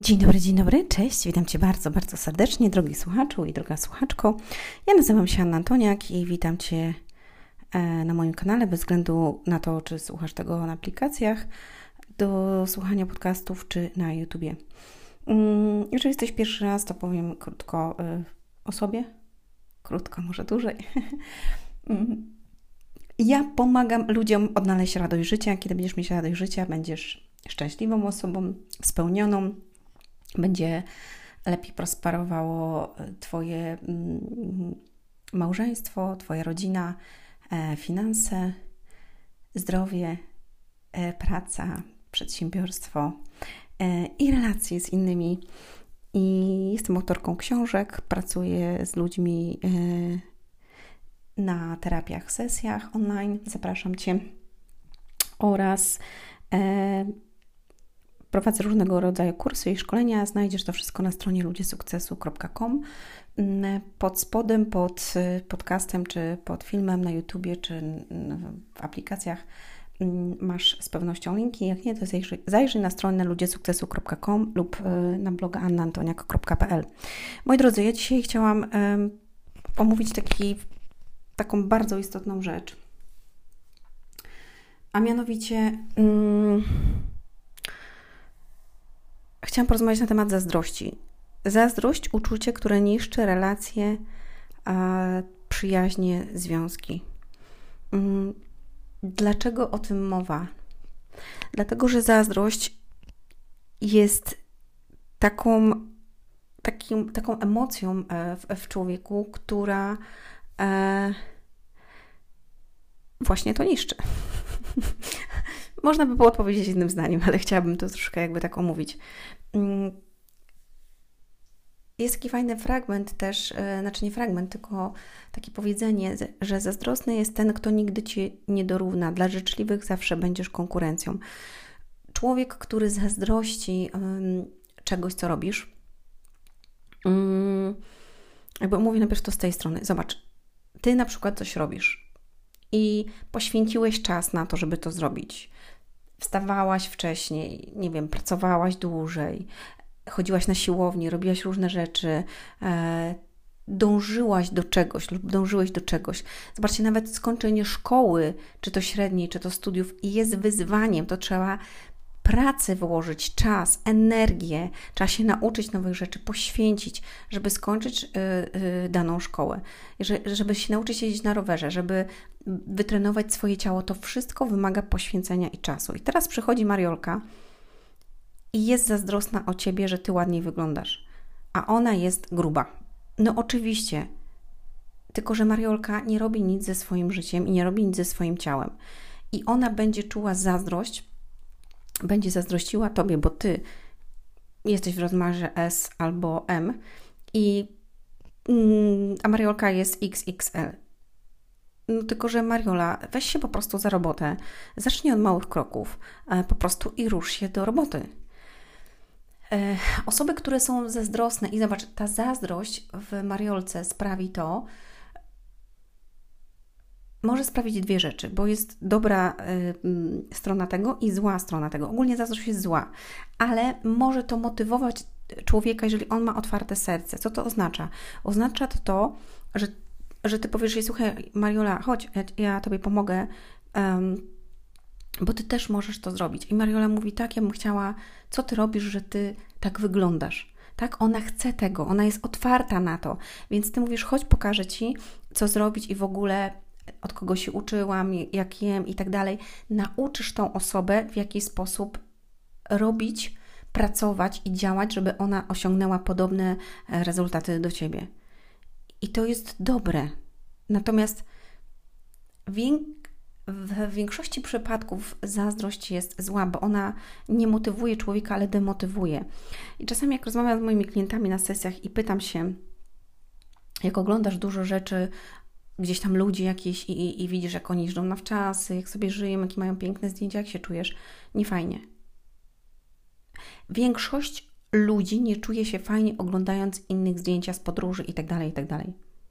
Dzień dobry, cześć, witam Cię bardzo, bardzo serdecznie, drogi słuchaczu i droga słuchaczko. Ja nazywam się Anna Antoniak i witam Cię na moim kanale, bez względu na to, czy słuchasz tego na aplikacjach do słuchania podcastów, czy na YouTubie. Jeżeli jesteś pierwszy raz, to powiem krótko o sobie. Krótko, może dłużej. Ja pomagam ludziom odnaleźć radość życia. Kiedy będziesz mieć radość życia, będziesz szczęśliwą osobą, spełnioną, będzie lepiej prosperowało Twoje małżeństwo, Twoja rodzina, finanse, zdrowie, praca, przedsiębiorstwo i relacje z innymi. I jestem autorką książek, pracuję z ludźmi na terapiach, sesjach online. Zapraszam Cię oraz prowadzę różnego rodzaju kursy i szkolenia. Znajdziesz to wszystko na stronie ludziesukcesu.com. Pod spodem, pod podcastem, czy pod filmem na YouTubie, czy w aplikacjach masz z pewnością linki. Jak nie, to zajrzyj na stronę ludziesukcesu.com lub na bloga annaantoniak.pl. Moi drodzy, ja dzisiaj chciałam omówić taką bardzo istotną rzecz. A mianowicie chciałam porozmawiać na temat zazdrości. Zazdrość, uczucie, które niszczy relacje, przyjaźnie, związki. Dlaczego o tym mowa? Dlatego, że zazdrość jest taką emocją w człowieku, która właśnie to niszczy. Można by było odpowiedzieć jednym zdaniem, ale chciałabym to troszkę tak omówić. Jest taki fajny fragment też, znaczy nie fragment, tylko takie powiedzenie, że zazdrosny jest ten, kto nigdy Ci nie dorówna. Dla życzliwych zawsze będziesz konkurencją. Człowiek, który zazdrości czegoś, co robisz, mówię najpierw to z tej strony. Zobacz, Ty na przykład coś robisz i poświęciłeś czas na to, żeby to zrobić. Wstawałaś wcześniej, nie wiem, pracowałaś dłużej, chodziłaś na siłownię, robiłaś różne rzeczy, dążyłaś do czegoś lub dążyłeś do czegoś. Zobaczcie, nawet skończenie szkoły, czy to średniej, czy to studiów, jest wyzwaniem. To trzeba pracę włożyć, czas, energię, trzeba się nauczyć nowych rzeczy, poświęcić, żeby skończyć daną szkołę, żeby się nauczyć jeździć na rowerze, żeby wytrenować swoje ciało. To wszystko wymaga poświęcenia i czasu. I teraz przychodzi Mariolka i jest zazdrosna o Ciebie, że Ty ładniej wyglądasz, a ona jest gruba. No oczywiście, tylko że Mariolka nie robi nic ze swoim życiem i nie robi nic ze swoim ciałem. I ona będzie czuła zazdrość, będzie zazdrościła Tobie, bo Ty jesteś w rozmiarze S albo M, a Mariolka jest XXL. No tylko że Mariola, weź się po prostu za robotę, zacznij od małych kroków, po prostu i rusz się do roboty. Osoby, które są zazdrosne i zobacz, ta zazdrość w Mariolce sprawi to, może sprawić dwie rzeczy, bo jest dobra strona tego i zła strona tego. Ogólnie zazdrość jest zła, ale może to motywować człowieka, jeżeli on ma otwarte serce. Co to oznacza? Oznacza to, że Ty powiesz jej, słuchaj Mariola, chodź, ja Tobie pomogę, bo Ty też możesz to zrobić. I Mariola mówi, tak, ja bym chciała, co Ty robisz, że Ty tak wyglądasz. Tak, ona chce tego, ona jest otwarta na to, więc Ty mówisz, chodź, pokażę Ci, co zrobić i w ogóle od kogo się uczyłam, jak jem i tak dalej. Nauczysz tą osobę, w jaki sposób robić, pracować i działać, żeby ona osiągnęła podobne rezultaty do Ciebie. I to jest dobre. Natomiast w większości przypadków zazdrość jest zła, bo ona nie motywuje człowieka, ale demotywuje. I czasami jak rozmawiam z moimi klientami na sesjach i pytam się, jak oglądasz dużo rzeczy, gdzieś tam ludzi jakiś i widzisz, jak oni jeżdżą na wczasy, jak sobie żyją, jakie mają piękne zdjęcia, jak się czujesz, niefajnie. Większość ludzi nie czuje się fajnie oglądając innych zdjęcia z podróży itd., itd.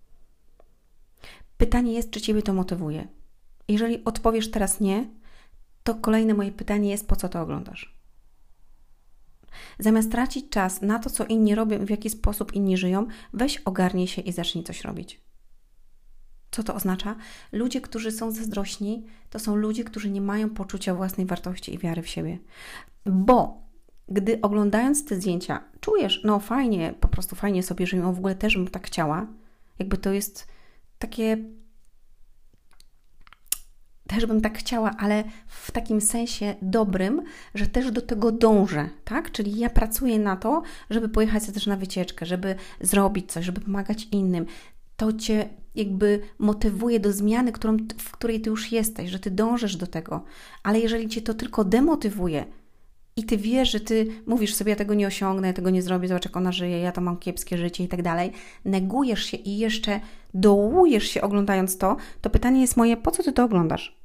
Pytanie jest, czy Ciebie to motywuje. Jeżeli odpowiesz teraz nie, to kolejne moje pytanie jest, po co to oglądasz? Zamiast tracić czas na to, co inni robią i w jaki sposób inni żyją, weź ogarnij się i zacznij coś robić. Co to oznacza? Ludzie, którzy są zazdrośni, to są ludzie, którzy nie mają poczucia własnej wartości i wiary w siebie. Bo gdy oglądając te zdjęcia czujesz, no fajnie, po prostu fajnie sobie żyją, w ogóle też bym tak chciała, jakby to jest takie, też bym tak chciała, ale w takim sensie dobrym, że też do tego dążę, tak? Czyli ja pracuję na to, żeby pojechać też na wycieczkę, żeby zrobić coś, żeby pomagać innym. To Cię jakby motywuje do zmiany, w której Ty już jesteś, że Ty dążysz do tego. Ale jeżeli Cię to tylko demotywuje i Ty wiesz, że Ty mówisz sobie, ja tego nie osiągnę, ja tego nie zrobię, zobacz jak ona żyje, ja to mam kiepskie życie i tak dalej, negujesz się i jeszcze dołujesz się oglądając to, to pytanie jest moje, po co Ty to oglądasz?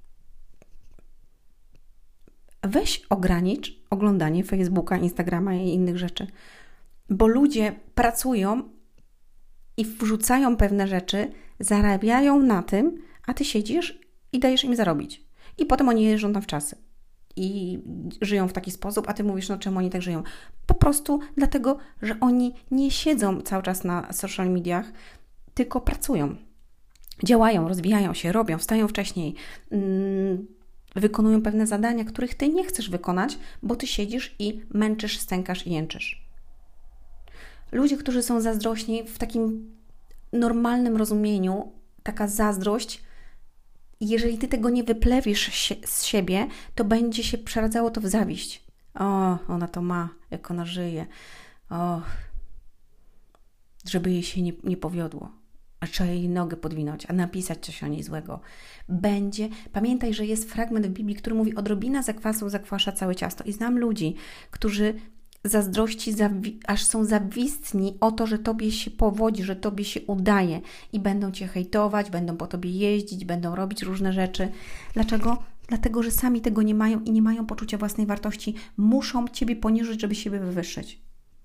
Weź ogranicz oglądanie Facebooka, Instagrama i innych rzeczy, bo ludzie pracują i wrzucają pewne rzeczy, zarabiają na tym, a Ty siedzisz i dajesz im zarobić. I potem oni jeżdżą tam w czasy i żyją w taki sposób, a Ty mówisz, no czemu oni tak żyją? Po prostu dlatego, że oni nie siedzą cały czas na social mediach, tylko pracują. Działają, rozwijają się, robią, wstają wcześniej, wykonują pewne zadania, których Ty nie chcesz wykonać, bo Ty siedzisz i męczysz, stękasz i jęczysz. Ludzie, którzy są zazdrośni w takim normalnym rozumieniu, taka zazdrość, jeżeli Ty tego nie wyplewisz z siebie, to będzie się przeradzało to w zawiść. O, ona to ma, jak ona żyje. O, żeby jej się nie powiodło. A trzeba jej nogę podwinąć, a napisać coś o niej złego. Pamiętaj, że jest fragment w Biblii, który mówi, odrobina zakwasu zakwasza całe ciasto. I znam ludzi, którzy zazdrości, aż są zawistni o to, że Tobie się powodzi, że Tobie się udaje i będą Cię hejtować, będą po Tobie jeździć, będą robić różne rzeczy. Dlaczego? Dlatego, że sami tego nie mają i nie mają poczucia własnej wartości. Muszą Ciebie poniżyć, żeby siebie wywyższyć.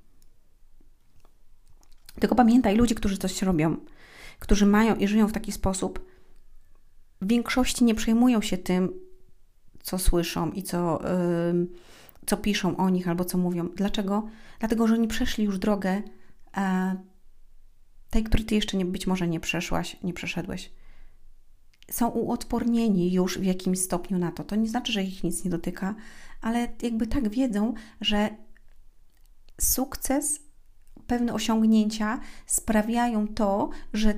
Tylko pamiętaj, ludzie, którzy coś robią, którzy mają i żyją w taki sposób, w większości nie przejmują się tym, co słyszą i co piszą o nich albo co mówią. Dlaczego? Dlatego, że oni przeszli już drogę tej, której Ty jeszcze być może nie przeszłaś, nie przeszedłeś. Są uodpornieni już w jakimś stopniu na to. To nie znaczy, że ich nic nie dotyka, ale jakby tak wiedzą, że sukces, pewne osiągnięcia sprawiają to, że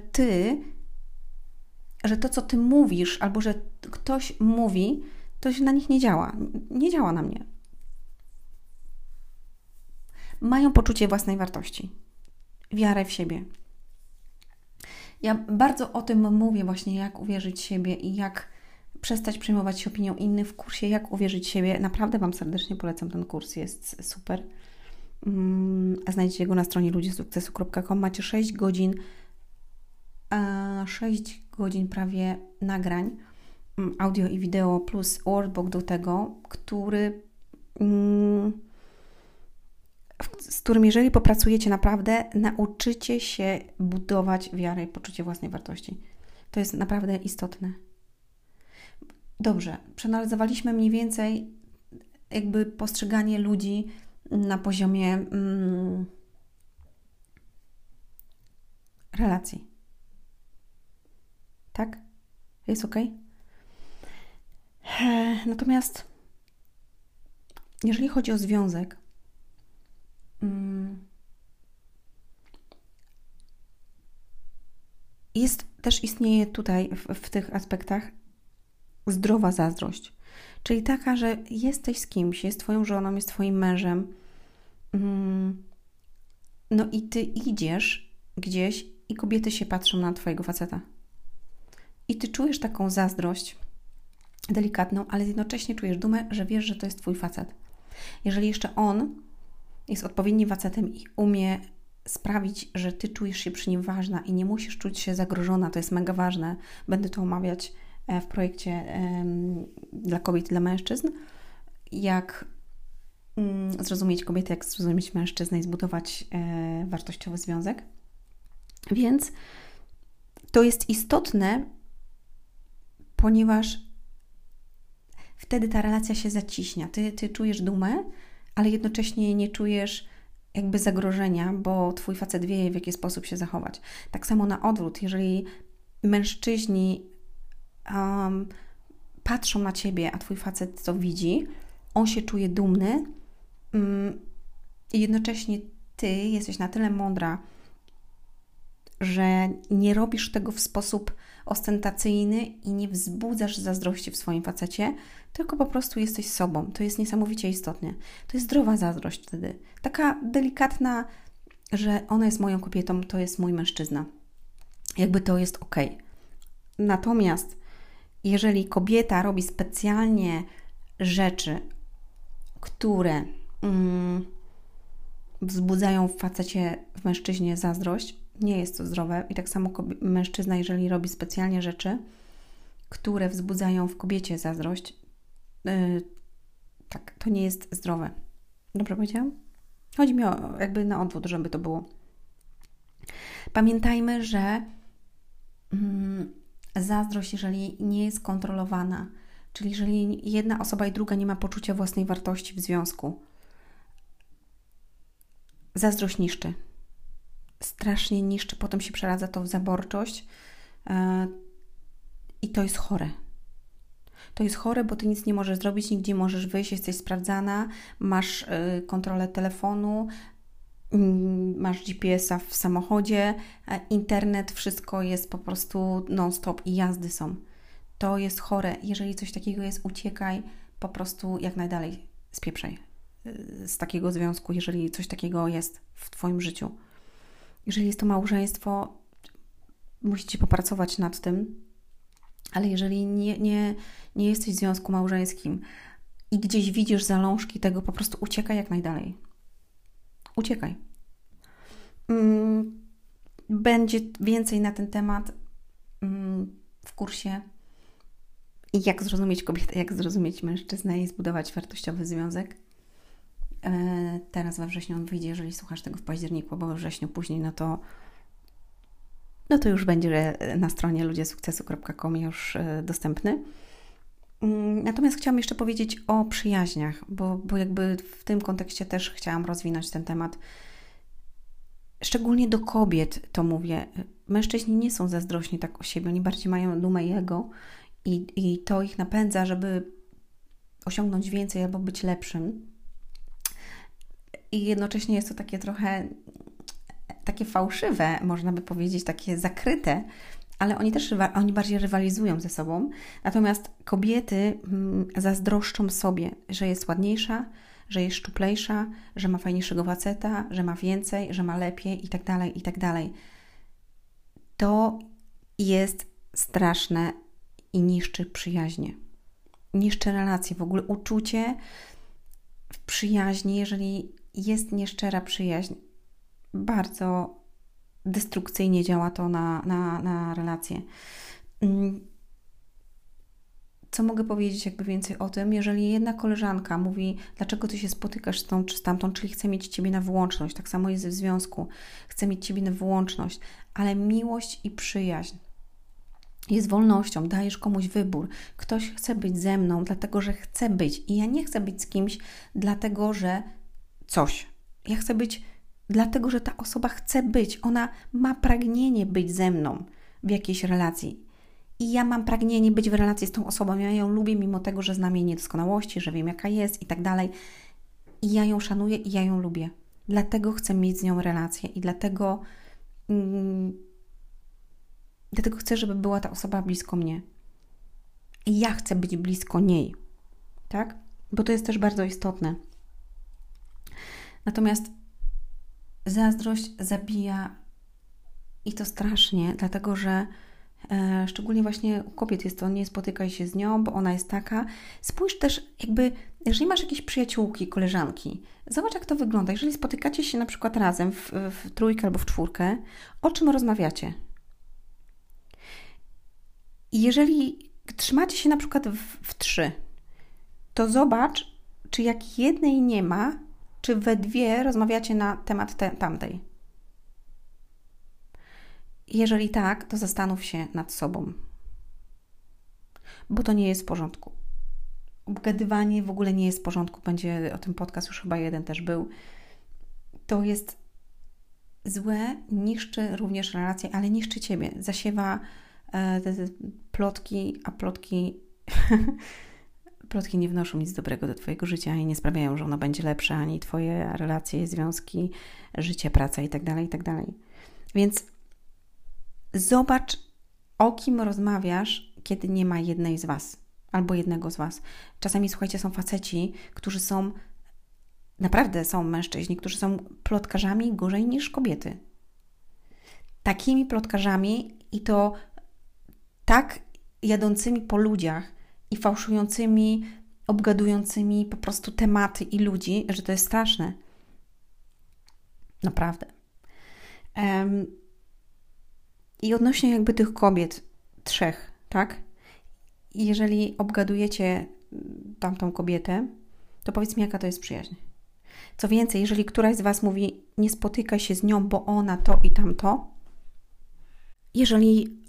to, co Ty mówisz, albo że ktoś mówi, to się na nich nie działa. Nie działa na mnie. Mają poczucie własnej wartości, wiarę w siebie. Ja bardzo o tym mówię właśnie, jak uwierzyć w siebie i jak przestać przejmować się opinią innych w kursie, jak uwierzyć w siebie. Naprawdę Wam serdecznie polecam ten kurs, jest super. Znajdziecie go na stronie ludziesukcesu.com. Macie 6 godzin prawie nagrań, audio i wideo plus workbook do tego, z którym jeżeli popracujecie naprawdę, nauczycie się budować wiarę i poczucie własnej wartości. To jest naprawdę istotne. Dobrze, przeanalizowaliśmy mniej więcej jakby postrzeganie ludzi na poziomie relacji. Tak? Jest ok? Natomiast jeżeli chodzi o związek, istnieje tutaj w tych aspektach zdrowa zazdrość. Czyli taka, że jesteś z kimś, jest Twoją żoną, jest Twoim mężem, no i Ty idziesz gdzieś i kobiety się patrzą na Twojego faceta. I Ty czujesz taką zazdrość delikatną, ale jednocześnie czujesz dumę, że wiesz, że to jest Twój facet. Jeżeli jeszcze on jest odpowiednim facetem i umie sprawić, że Ty czujesz się przy nim ważna i nie musisz czuć się zagrożona, to jest mega ważne. Będę to omawiać w projekcie dla kobiet i dla mężczyzn. Jak zrozumieć kobietę, jak zrozumieć mężczyznę i zbudować wartościowy związek. Więc to jest istotne, ponieważ wtedy ta relacja się zaciśnia. Ty czujesz dumę, ale jednocześnie nie czujesz jakby zagrożenia, bo twój facet wie, w jaki sposób się zachować. Tak samo na odwrót, jeżeli mężczyźni patrzą na ciebie, a twój facet to widzi, on się czuje dumny i jednocześnie ty jesteś na tyle mądra, że nie robisz tego w sposób ostentacyjny i nie wzbudzasz zazdrości w swoim facecie, tylko po prostu jesteś sobą. To jest niesamowicie istotne. To jest zdrowa zazdrość wtedy. Taka delikatna, że ona jest moją kobietą, to jest mój mężczyzna. Jakby to jest okej. Natomiast jeżeli kobieta robi specjalnie rzeczy, które wzbudzają w facecie, w mężczyźnie zazdrość, nie jest to zdrowe. I tak samo mężczyzna, jeżeli robi specjalnie rzeczy, które wzbudzają w kobiecie zazdrość, tak, to nie jest zdrowe. Dobrze powiedziałam? Chodzi mi o jakby na odwrót, żeby to było. Pamiętajmy, że zazdrość, jeżeli nie jest kontrolowana, czyli jeżeli jedna osoba i druga nie ma poczucia własnej wartości w związku, zazdrość niszczy. Strasznie niszczy, potem się przeradza to w zaborczość i to jest chore. To jest chore, bo ty nic nie możesz zrobić, nigdzie możesz wyjść, jesteś sprawdzana, masz kontrolę telefonu, masz GPS-a w samochodzie, internet, wszystko jest po prostu non-stop i jazdy są. To jest chore. Jeżeli coś takiego jest, uciekaj, po prostu jak najdalej spieprzaj z takiego związku, jeżeli coś takiego jest w twoim życiu. Jeżeli jest to małżeństwo, musicie popracować nad tym, ale jeżeli nie jesteś w związku małżeńskim i gdzieś widzisz zalążki tego, po prostu uciekaj jak najdalej. Uciekaj. Będzie więcej na ten temat w kursie jak zrozumieć kobietę, jak zrozumieć mężczyznę i zbudować wartościowy związek. Teraz we wrześniu on wyjdzie, jeżeli słuchasz tego w październiku, bo we wrześniu później, no to już będzie na stronie ludziesukcesu.com już dostępny. Natomiast chciałam jeszcze powiedzieć o przyjaźniach, bo jakby w tym kontekście też chciałam rozwinąć ten temat. Szczególnie do kobiet to mówię. Mężczyźni nie są zazdrośni tak o siebie, oni bardziej mają dumę i ego i to ich napędza, żeby osiągnąć więcej albo być lepszym. I jednocześnie jest to takie trochę takie fałszywe, można by powiedzieć, takie zakryte, ale oni bardziej rywalizują ze sobą. Natomiast kobiety zazdroszczą sobie, że jest ładniejsza, że jest szczuplejsza, że ma fajniejszego faceta, że ma więcej, że ma lepiej i tak dalej, i tak dalej. To jest straszne i niszczy przyjaźnie. Niszczy relacje, w ogóle uczucie w przyjaźni, jeżeli jest nieszczera przyjaźń, bardzo destrukcyjnie działa to na relacje. Co mogę powiedzieć jakby więcej o tym? Jeżeli jedna koleżanka mówi, dlaczego ty się spotykasz z tą czy z tamtą, czyli chce mieć ciebie na wyłączność, tak samo jest w związku, chce mieć ciebie na wyłączność, ale miłość i przyjaźń jest wolnością, dajesz komuś wybór. Ktoś chce być ze mną, dlatego że chce być i ja nie chcę być z kimś, dlatego że coś. Ja chcę być dlatego, że ta osoba chce być. Ona ma pragnienie być ze mną w jakiejś relacji. I ja mam pragnienie być w relacji z tą osobą. Ja ją lubię, mimo tego, że znam jej niedoskonałości, że wiem, jaka jest i tak dalej. I ja ją szanuję i ja ją lubię. Dlatego chcę mieć z nią relację i dlatego chcę, żeby była ta osoba blisko mnie. I ja chcę być blisko niej. Tak? Bo to jest też bardzo istotne. Natomiast zazdrość zabija i to strasznie, dlatego że szczególnie właśnie u kobiet jest to, nie spotykaj się z nią, bo ona jest taka. Spójrz też jakby, jeżeli masz jakieś przyjaciółki, koleżanki, zobacz jak to wygląda. Jeżeli spotykacie się na przykład razem w trójkę albo w czwórkę, o czym rozmawiacie? I jeżeli trzymacie się na przykład w trzy, to zobacz, czy jak jednej nie ma, czy we dwie rozmawiacie na temat tamtej. Jeżeli tak, to zastanów się nad sobą, bo to nie jest w porządku. obgadywanie w ogóle nie jest w porządku. Będzie o tym podcast, już chyba jeden też był. To jest złe, niszczy również relacje, ale niszczy Ciebie. Zasiewa te plotki, a plotki plotki nie wnoszą nic dobrego do Twojego życia i nie sprawiają, że ono będzie lepsze, ani Twoje relacje, związki, życie, praca itd., itd. Więc zobacz, o kim rozmawiasz, kiedy nie ma jednej z Was albo jednego z Was. Czasami, słuchajcie, są faceci, którzy są, naprawdę są mężczyźni, którzy są plotkarzami gorzej niż kobiety. Takimi plotkarzami i to tak jadącymi po ludziach i fałszującymi, obgadującymi po prostu tematy i ludzi, że to jest straszne. Naprawdę. I odnośnie jakby tych kobiet, 3, tak? Jeżeli obgadujecie tamtą kobietę, to powiedz mi, jaka to jest przyjaźń. Co więcej, jeżeli któraś z Was mówi, nie spotykaj się z nią, bo ona to i tamto, jeżeli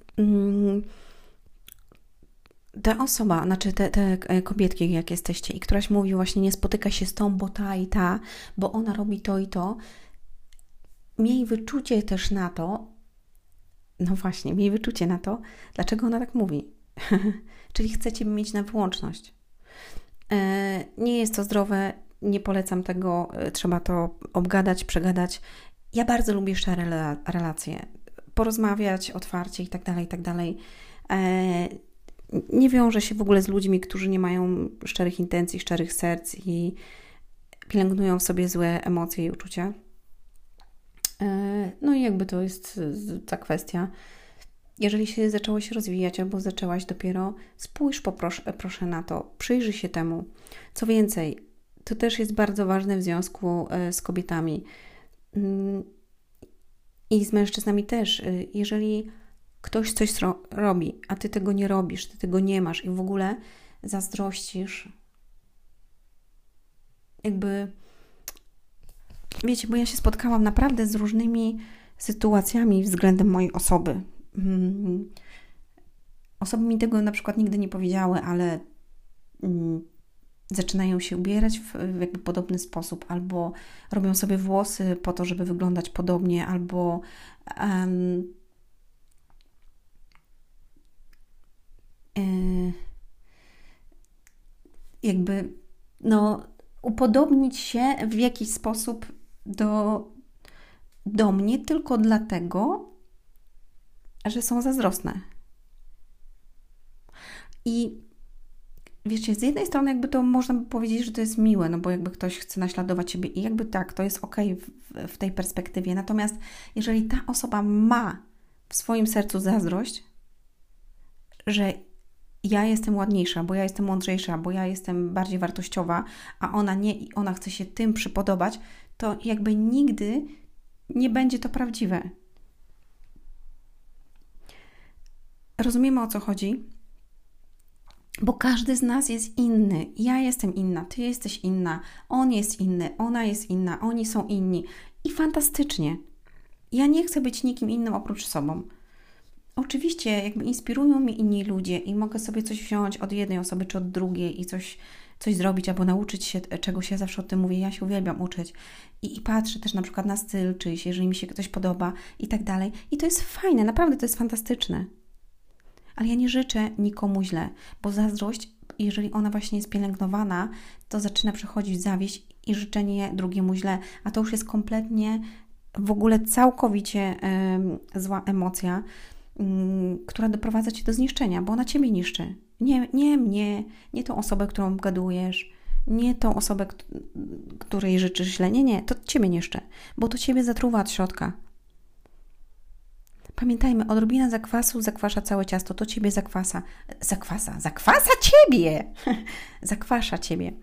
ta osoba, znaczy te kobietki, jak jesteście, i któraś mówi właśnie, nie spotyka się z tą, bo ta i ta, bo ona robi to i to, miej wyczucie też na to, no właśnie, miej wyczucie na to, dlaczego ona tak mówi. Czyli chcecie mieć na wyłączność. Nie jest to zdrowe, nie polecam tego, trzeba to obgadać, przegadać. Ja bardzo lubię szczere relacje, porozmawiać otwarcie i tak dalej, i tak dalej. Nie wiążę się w ogóle z ludźmi, którzy nie mają szczerych intencji, szczerych serc i pielęgnują w sobie złe emocje i uczucia. No i jakby to jest ta kwestia. Jeżeli się zaczęłaś rozwijać albo zaczęłaś dopiero, spójrz proszę na to, przyjrzyj się temu. Co więcej, to też jest bardzo ważne w związku z kobietami i z mężczyznami też. Jeżeli ktoś coś robi, a Ty tego nie robisz, Ty tego nie masz i w ogóle zazdrościsz, jakby, wiecie, bo ja się spotkałam naprawdę z różnymi sytuacjami względem mojej osoby. Osoby mi tego na przykład nigdy nie powiedziały, ale zaczynają się ubierać w jakby podobny sposób, albo robią sobie włosy po to, żeby wyglądać podobnie, albo jakby upodobnić się w jakiś sposób do mnie tylko dlatego, że są zazdrosne. I wiecie, z jednej strony jakby to można by powiedzieć, że to jest miłe, no bo jakby ktoś chce naśladować Ciebie i jakby tak, to jest okej w tej perspektywie. Natomiast jeżeli ta osoba ma w swoim sercu zazdrość, że ja jestem ładniejsza, bo ja jestem mądrzejsza, bo ja jestem bardziej wartościowa, a ona nie i ona chce się tym przypodobać, to jakby nigdy nie będzie to prawdziwe. Rozumiemy, o co chodzi? Bo każdy z nas jest inny. Ja jestem inna, Ty jesteś inna, on jest inny, ona jest inna, oni są inni. I fantastycznie. Ja nie chcę być nikim innym oprócz sobą. Oczywiście jakby inspirują mnie inni ludzie i mogę sobie coś wziąć od jednej osoby czy od drugiej i coś zrobić albo nauczyć się czegoś. Ja zawsze o tym mówię, ja się uwielbiam uczyć i patrzę też na przykład na styl czyjś, jeżeli mi się ktoś podoba i tak dalej. I to jest fajne, naprawdę to jest fantastyczne. Ale ja nie życzę nikomu źle, bo zazdrość, jeżeli ona właśnie jest pielęgnowana, to zaczyna przechodzić zawieść i życzenie drugiemu źle, a to już jest kompletnie, w ogóle całkowicie zła emocja, która doprowadza Cię do zniszczenia, bo ona Ciebie niszczy. Nie mnie, nie tą osobę, którą obgadujesz, nie tą osobę, której życzysz źle. Nie, to Ciebie niszczy, bo to Ciebie zatruwa od środka. Pamiętajmy, odrobina zakwasu zakwasza całe ciasto, to Ciebie zakwasa. Zakwasa Ciebie! Zakwasza Ciebie.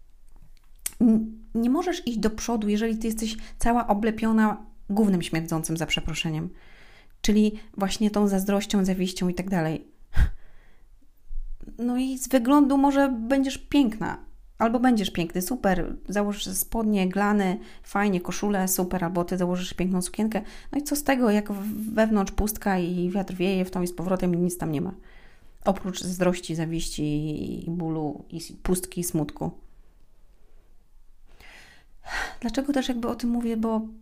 Nie możesz iść do przodu, jeżeli Ty jesteś cała oblepiona gównem śmierdzącym, za przeproszeniem. Czyli właśnie tą zazdrością, zawiścią i tak dalej. No i z wyglądu może będziesz piękna, albo będziesz piękny, super, założysz spodnie, glany, fajnie, koszulę, super, albo Ty założysz piękną sukienkę. No i co z tego, jak wewnątrz pustka i wiatr wieje w tą i z powrotem i nic tam nie ma. Oprócz zazdrości, zawiści, i bólu, i pustki, i smutku. Dlaczego też jakby o tym mówię?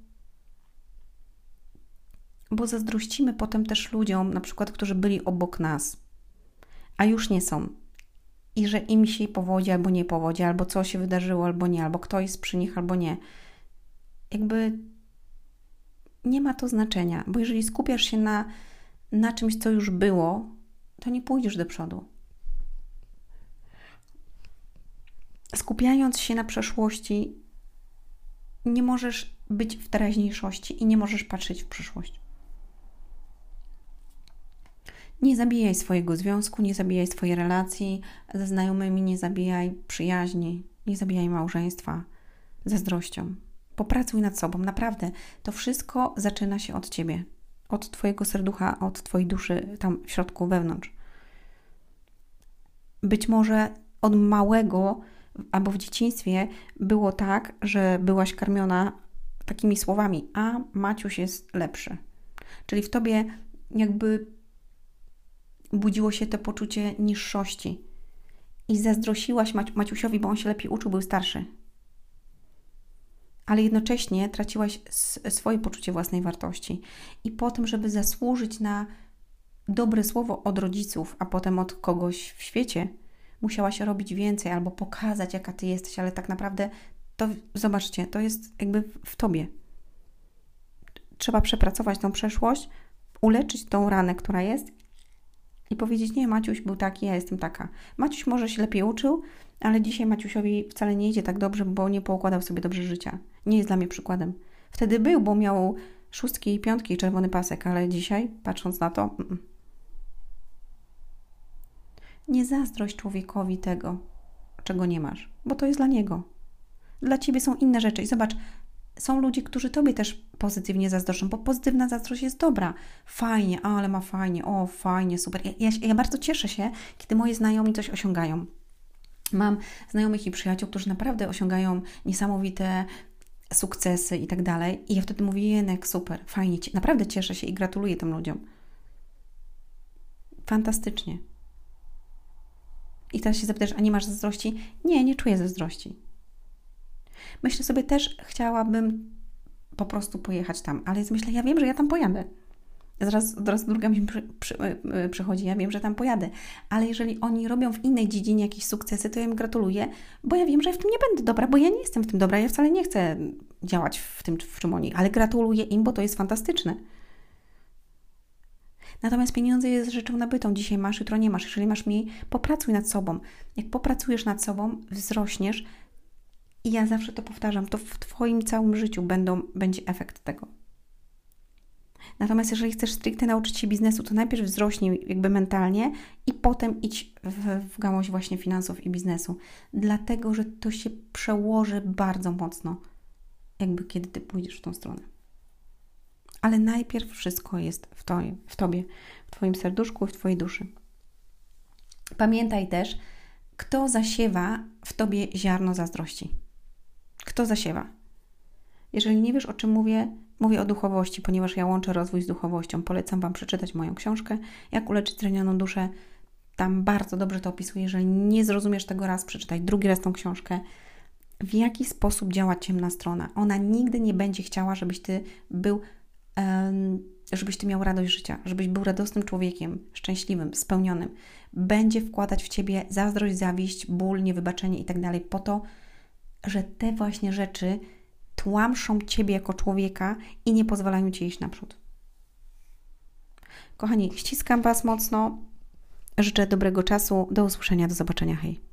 Bo zazdrościmy potem też ludziom, na przykład, którzy byli obok nas, a już nie są. I że im się powodzi albo nie powodzi, albo co się wydarzyło, albo nie, albo kto jest przy nich, albo nie. Jakby nie ma to znaczenia, bo jeżeli skupiasz się na czymś, co już było, to nie pójdziesz do przodu. Skupiając się na przeszłości, nie możesz być w teraźniejszości i nie możesz patrzeć w przyszłość. Nie zabijaj swojego związku, nie zabijaj swojej relacji ze znajomymi, nie zabijaj przyjaźni, nie zabijaj małżeństwa zazdrością. Popracuj nad sobą, naprawdę. To wszystko zaczyna się od Ciebie, od Twojego serducha, od Twojej duszy, tam w środku, wewnątrz. Być może od małego albo w dzieciństwie było tak, że byłaś karmiona takimi słowami: a Maciuś jest lepszy. Czyli w Tobie jakby budziło się to poczucie niższości i zazdrościłaś Maciusiowi, bo on się lepiej uczył, był starszy. Ale jednocześnie traciłaś swoje poczucie własnej wartości. I po tym, żeby zasłużyć na dobre słowo od rodziców, a potem od kogoś w świecie, musiałaś robić więcej albo pokazać, jaka Ty jesteś, ale tak naprawdę to, zobaczcie, to jest jakby w Tobie. Trzeba przepracować tą przeszłość, uleczyć tą ranę, która jest i powiedzieć: nie, Maciuś był taki, ja jestem taka. Maciuś może się lepiej uczył, ale dzisiaj Maciusiowi wcale nie idzie tak dobrze, bo nie poukładał sobie dobrze życia. Nie jest dla mnie przykładem. Wtedy był, bo miał 6 i 5 i czerwony pasek, ale dzisiaj, patrząc na to, nie zazdrość człowiekowi tego, czego nie masz, bo to jest dla niego. Dla Ciebie są inne rzeczy. I zobacz, są ludzie, którzy Tobie też pozytywnie zazdroszczą, bo pozytywna zazdrość jest dobra. Fajnie, ale ma fajnie, o fajnie, super. Ja bardzo cieszę się, kiedy moi znajomi coś osiągają. Mam znajomych i przyjaciół, którzy naprawdę osiągają niesamowite sukcesy i tak dalej. I ja wtedy mówię: Jenek, super, fajnie, naprawdę cieszę się i gratuluję tym ludziom. Fantastycznie. I teraz się zapytasz: a nie masz zazdrości? Nie, nie czuję zazdrości. Myślę sobie też, chciałabym po prostu pojechać tam, ale myślę, ja wiem, że ja tam pojadę. Zaraz druga mi przychodzi, ja wiem, że tam pojadę. Ale jeżeli oni robią w innej dziedzinie jakieś sukcesy, to ja im gratuluję, bo ja wiem, że ja w tym nie będę dobra, bo ja nie jestem w tym dobra, ja wcale nie chcę działać w tym, w czym oni, ale gratuluję im, bo to jest fantastyczne. Natomiast pieniądze jest rzeczą nabytą. Dzisiaj masz, jutro nie masz. Jeżeli masz mniej, popracuj nad sobą. Jak popracujesz nad sobą, wzrośniesz i ja zawsze to powtarzam, to w Twoim całym życiu będzie efekt tego. Natomiast jeżeli chcesz stricte nauczyć się biznesu, to najpierw wzrośnij jakby mentalnie i potem idź w gałąź właśnie finansów i biznesu. Dlatego, że to się przełoży bardzo mocno, jakby kiedy Ty pójdziesz w tą stronę. Ale najpierw wszystko jest w Tobie, w Twoim serduszku, w Twojej duszy. Pamiętaj też, kto zasiewa w Tobie ziarno zazdrości. Kto zasiewa? Jeżeli nie wiesz, o czym mówię o duchowości, ponieważ ja łączę rozwój z duchowością. Polecam Wam przeczytać moją książkę Jak uleczyć zranioną duszę. Tam bardzo dobrze to opisuję. Jeżeli nie zrozumiesz tego raz, przeczytaj drugi raz tą książkę. W jaki sposób działa ciemna strona? Ona nigdy nie będzie chciała, żebyś Ty miał radość życia, żebyś był radosnym człowiekiem, szczęśliwym, spełnionym. Będzie wkładać w Ciebie zazdrość, zawiść, ból, niewybaczenie i tak dalej, po to, że te właśnie rzeczy tłamszą Ciebie jako człowieka i nie pozwalają Ci iść naprzód. Kochani, ściskam Was mocno. Życzę dobrego czasu. Do usłyszenia, do zobaczenia. Hej!